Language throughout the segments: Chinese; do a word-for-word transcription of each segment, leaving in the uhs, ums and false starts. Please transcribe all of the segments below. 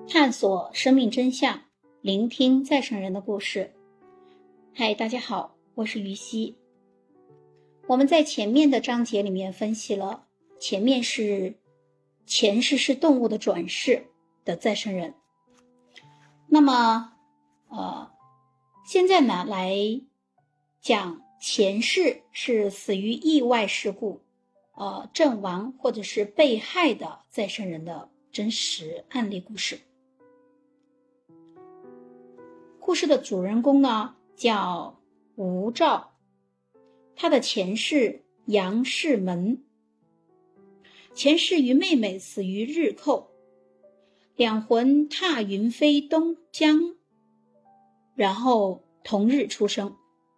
探索生命真相，聆听再生人的故事。嗨，大家好，我是于西。我们在前面的章节里面分析了，前面是前世是动物的转世的再生人。那么呃，现在呢来讲前世是死于意外事故呃阵亡或者是被害的再生人的真实案例故事。故事的主人公呢叫吴兆，他的前世杨氏门，前世与妹妹死于日寇，两魂踏云飞东江，然后同日出生。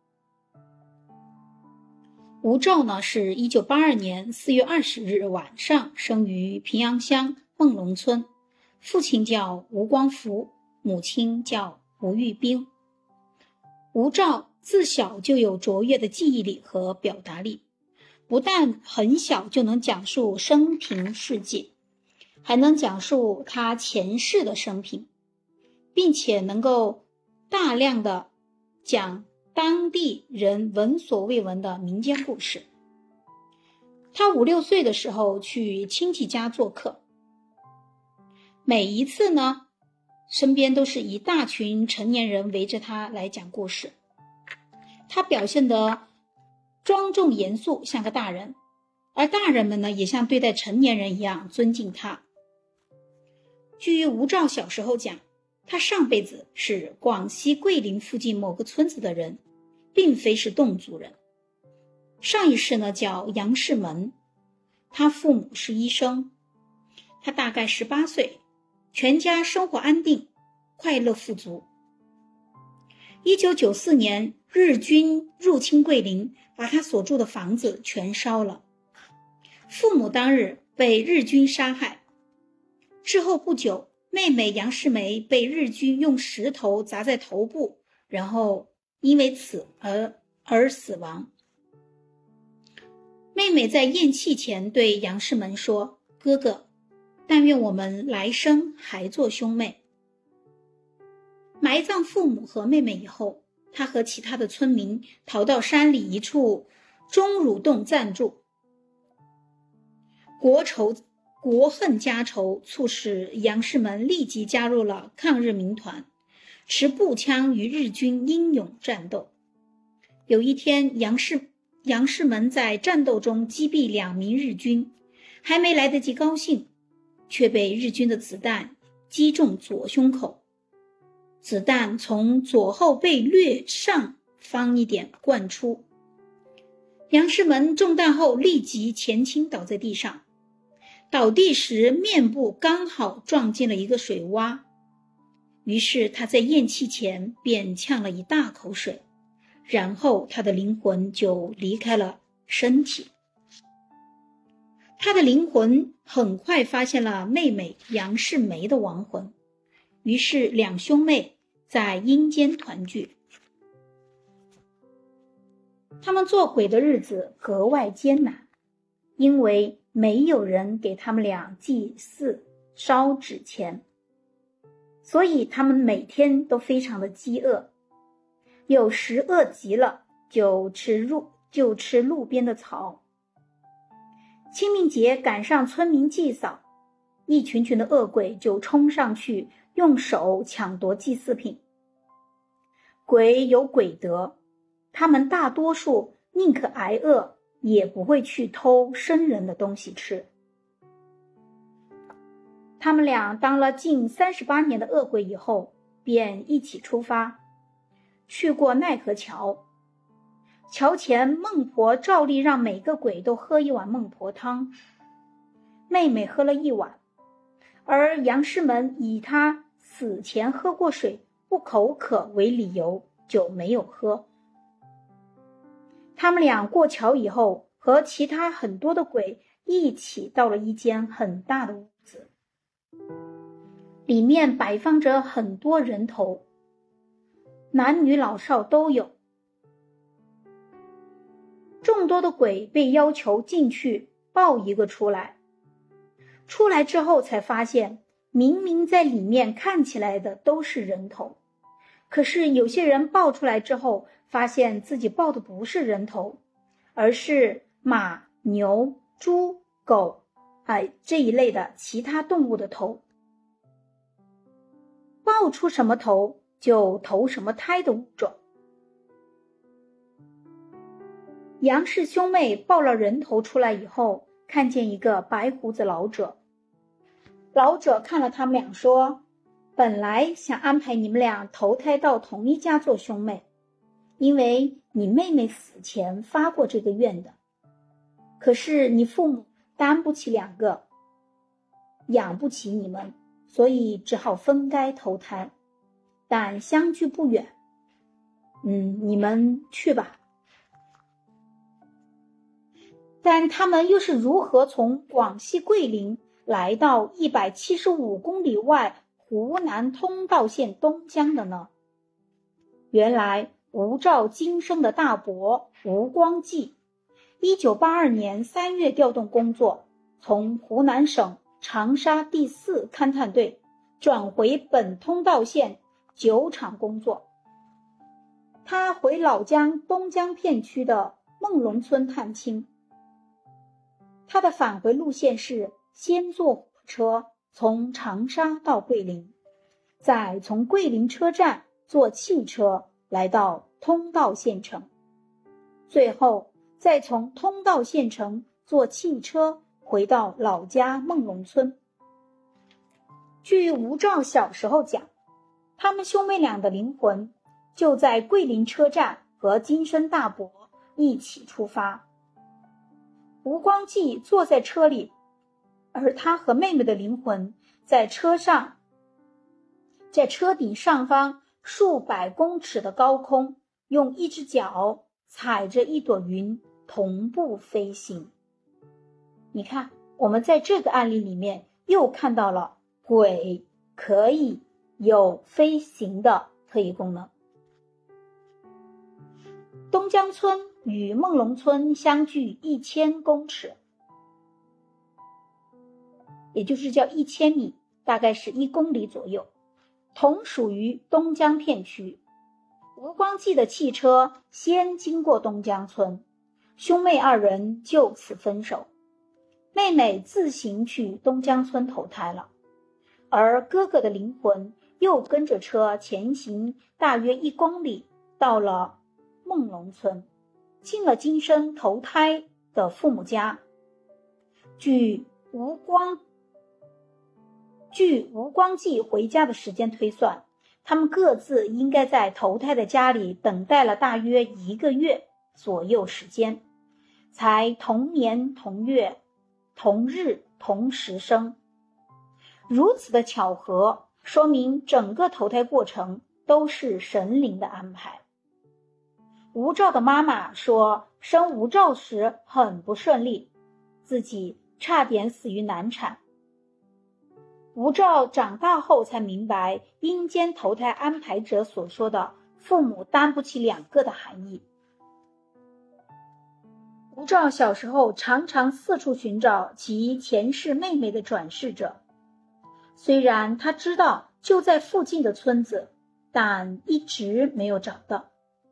吴兆呢是一九八二年四月二十日晚上生于平阳乡梦龙村，父亲叫吴光福，母亲叫吴玉冰。吴兆自小就有卓越的记忆力和表达力，不但很小就能讲述生平事迹，还能讲述他前世的生平，并且能够大量的讲当地人闻所未闻的民间故事。他五六岁的时候去亲戚家做客，每一次呢身边都是一大群成年人围着他来讲故事，他表现得庄重严肃，像个大人，而大人们呢也像对待成年人一样尊敬他。据吴兆小时候讲，他上辈子是广西桂林附近某个村子的人，并非是侗族人。上一世呢叫杨氏门，他父母是医生，他大概十八岁，全家生活安定，快乐富足。一九九四年日军入侵桂林，把他所住的房子全烧了，父母当日被日军杀害。之后不久，妹妹杨世梅被日军用石头砸在头部，然后因为此而而死亡。妹妹在咽气前对杨世门说：哥哥，但愿我们来生还做兄妹。埋葬父母和妹妹以后，他和其他的村民逃到山里一处钟乳洞暂住。国仇国恨家仇促使杨世门立即加入了抗日民团，持步枪与日军英勇战斗。有一天，杨世杨世门在战斗中击毙两名日军，还没来得及高兴，却被日军的子弹击中左胸口，子弹从左后背略上方一点贯出。杨世门中弹后立即前倾倒在地上，倒地时面部刚好撞进了一个水洼，于是他在咽气前便呛了一大口水，然后他的灵魂就离开了身体。他的灵魂很快发现了妹妹杨世梅的亡魂，于是两兄妹在阴间团聚。他们做鬼的日子格外艰难，因为没有人给他们俩祭祀烧纸钱，所以他们每天都非常的饥饿，有时饿极了就吃路就吃路边的草。清明节赶上村民祭扫，一群群的恶鬼就冲上去用手抢夺祭祀品。鬼有鬼德，他们大多数宁可挨饿，也不会去偷生人的东西吃。他们俩当了近三十八年的恶鬼以后，便一起出发，去过奈何桥。桥前孟婆照例让每个鬼都喝一碗孟婆汤，妹妹喝了一碗，而杨世门以他死前喝过水不口渴为理由，就没有喝。他们俩过桥以后，和其他很多的鬼一起到了一间很大的屋子，里面摆放着很多人头，男女老少都有。众多的鬼被要求进去抱一个出来，出来之后才发现明明在里面看起来的都是人头，可是有些人抱出来之后，发现自己抱的不是人头，而是马、牛、猪、狗，哎，这一类的其他动物的头。抱出什么头，就投什么胎的物种。杨氏兄妹抱了人头出来以后，看见一个白胡子老者。老者看了他们俩说，本来想安排你们俩投胎到同一家做兄妹，因为你妹妹死前发过这个愿的。可是你父母担不起两个，养不起你们，所以只好分开投胎，但相距不远。嗯，你们去吧。但他们又是如何从广西桂林来到一百七十五公里外湖南通道县东江的呢？原来吴兆今生的大伯吴光纪，一九八二年三月调动工作，从湖南省长沙第四勘探队转回本通道县酒厂工作。他回老家东江片区的孟龙村探亲。他的返回路线是先坐火车从长沙到桂林，再从桂林车站坐汽车来到通道县城，最后再从通道县城坐汽车回到老家孟龙村。据吴兆小时候讲，他们兄妹俩的灵魂就在桂林车站和今生大伯一起出发。吴光纪坐在车里，而他和妹妹的灵魂在车上，在车顶上方数百公尺的高空，用一只脚踩着一朵云同步飞行。你看，我们在这个案例里面又看到了鬼可以有飞行的特异功能。东江村与孟龙村相距一千公尺，也就是叫一千米，大概是一公里左右，同属于东江片区。吴光纪的汽车先经过东江村，兄妹二人就此分手，妹妹自行去东江村投胎了，而哥哥的灵魂又跟着车前行大约一公里，到了孟龙村，进了今生投胎的父母家。据吴光据吴光纪回家的时间推算，他们各自应该在投胎的家里等待了大约一个月左右时间，才同年同月同日同时生。如此的巧合，说明整个投胎过程都是神灵的安排。吴兆的妈妈说，生吴兆时很不顺利，自己差点死于难产。吴兆长大后才明白阴间投胎安排者所说的父母担不起两个的含义。吴兆小时候常常四处寻找其前世妹妹的转世者，虽然他知道就在附近的村子，但一直没有找到。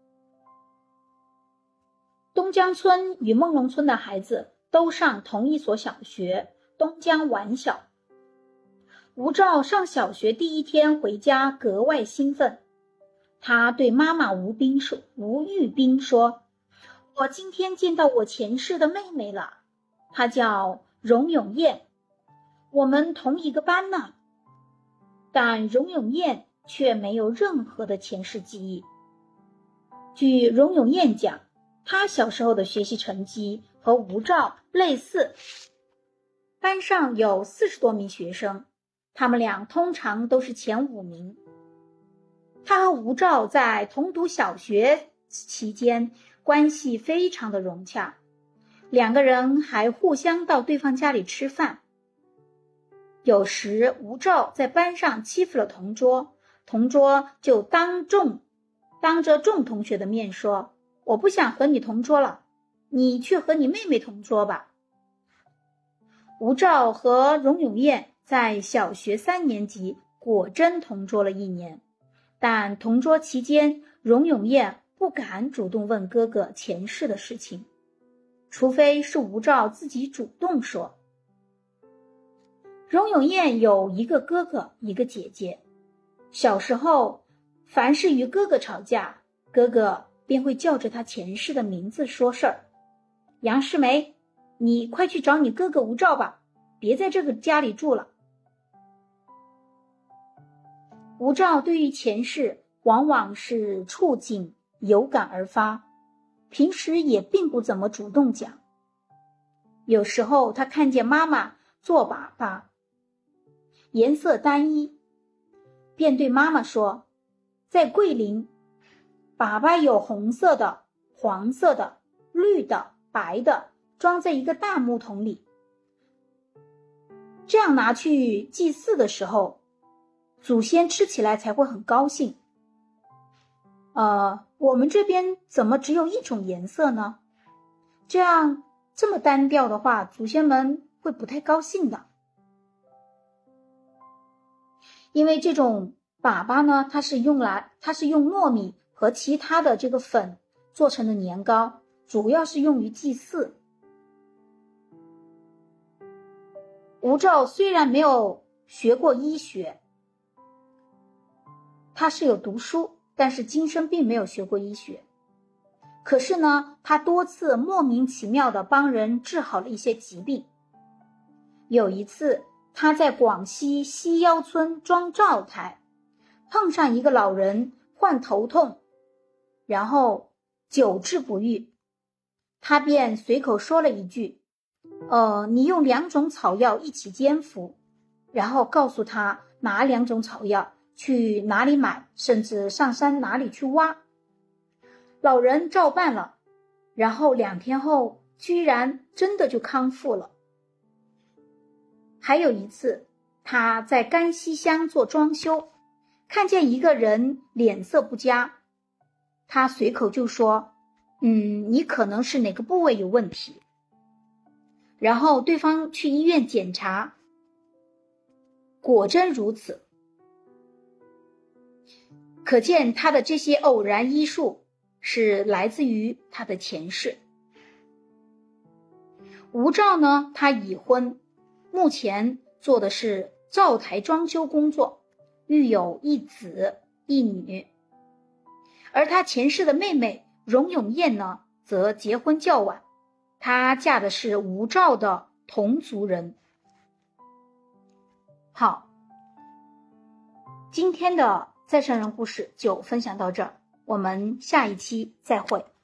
东江村与孟龙村的孩子都上同一所小学，东江晚小。吴兆上小学第一天回家格外兴奋，他对妈妈吴冰说吴玉冰说，我今天见到我前世的妹妹了，她叫荣永燕，我们同一个班呢。但荣永燕却没有任何的前世记忆。据荣永燕讲，他小时候的学习成绩和吴兆类似，班上有四十多名学生，他们俩通常都是前五名。他和吴兆在同读小学期间关系非常的融洽，两个人还互相到对方家里吃饭。有时吴兆在班上欺负了同桌，同桌就当众当着众同学的面说，我不想和你同桌了，你去和你妹妹同桌吧。吴兆和荣永燕在小学三年级果真同桌了一年，但同桌期间，荣永燕不敢主动问哥哥前世的事情，除非是吴兆自己主动说。荣永燕有一个哥哥，一个姐姐。小时候，凡是与哥哥吵架，哥哥便会叫着他前世的名字说事儿。杨世梅，你快去找你哥哥吴兆吧，别在这个家里住了。吴兆对于前世往往是触景有感而发，平时也并不怎么主动讲。有时候他看见妈妈做粑粑，颜色单一，便对妈妈说，在桂林，粑粑有红色的、黄色的、绿的、白的，装在一个大木桶里，这样拿去祭祀的时候，祖先吃起来才会很高兴。呃，我们这边怎么只有一种颜色呢？这样这么单调的话，祖先们会不太高兴的。因为这种粑粑呢，它是用来它是用糯米和其他的这个粉做成的年糕，主要是用于祭祀。吴兆虽然没有学过医学，他是有读书，但是今生并没有学过医学。可是呢，他多次莫名其妙地帮人治好了一些疾病。有一次，他在广西西腰村装灶台，碰上一个老人患头痛，然后久治不愈，他便随口说了一句，呃，你用两种草药一起煎服，然后告诉他哪两种草药，去哪里买，甚至上山哪里去挖。老人照办了，然后两天后居然真的就康复了。还有一次，他在甘溪乡做装修，看见一个人脸色不佳，他随口就说，嗯，你可能是哪个部位有问题。然后对方去医院检查，果真如此。可见他的这些偶然医术是来自于他的前世。吴兆呢，他已婚，目前做的是灶台装修工作，育有一子一女。而他前世的妹妹荣永燕呢，则结婚较晚，她嫁的是吴兆的同族人。好，今天的再生人故事就分享到这儿，我们下一期再会。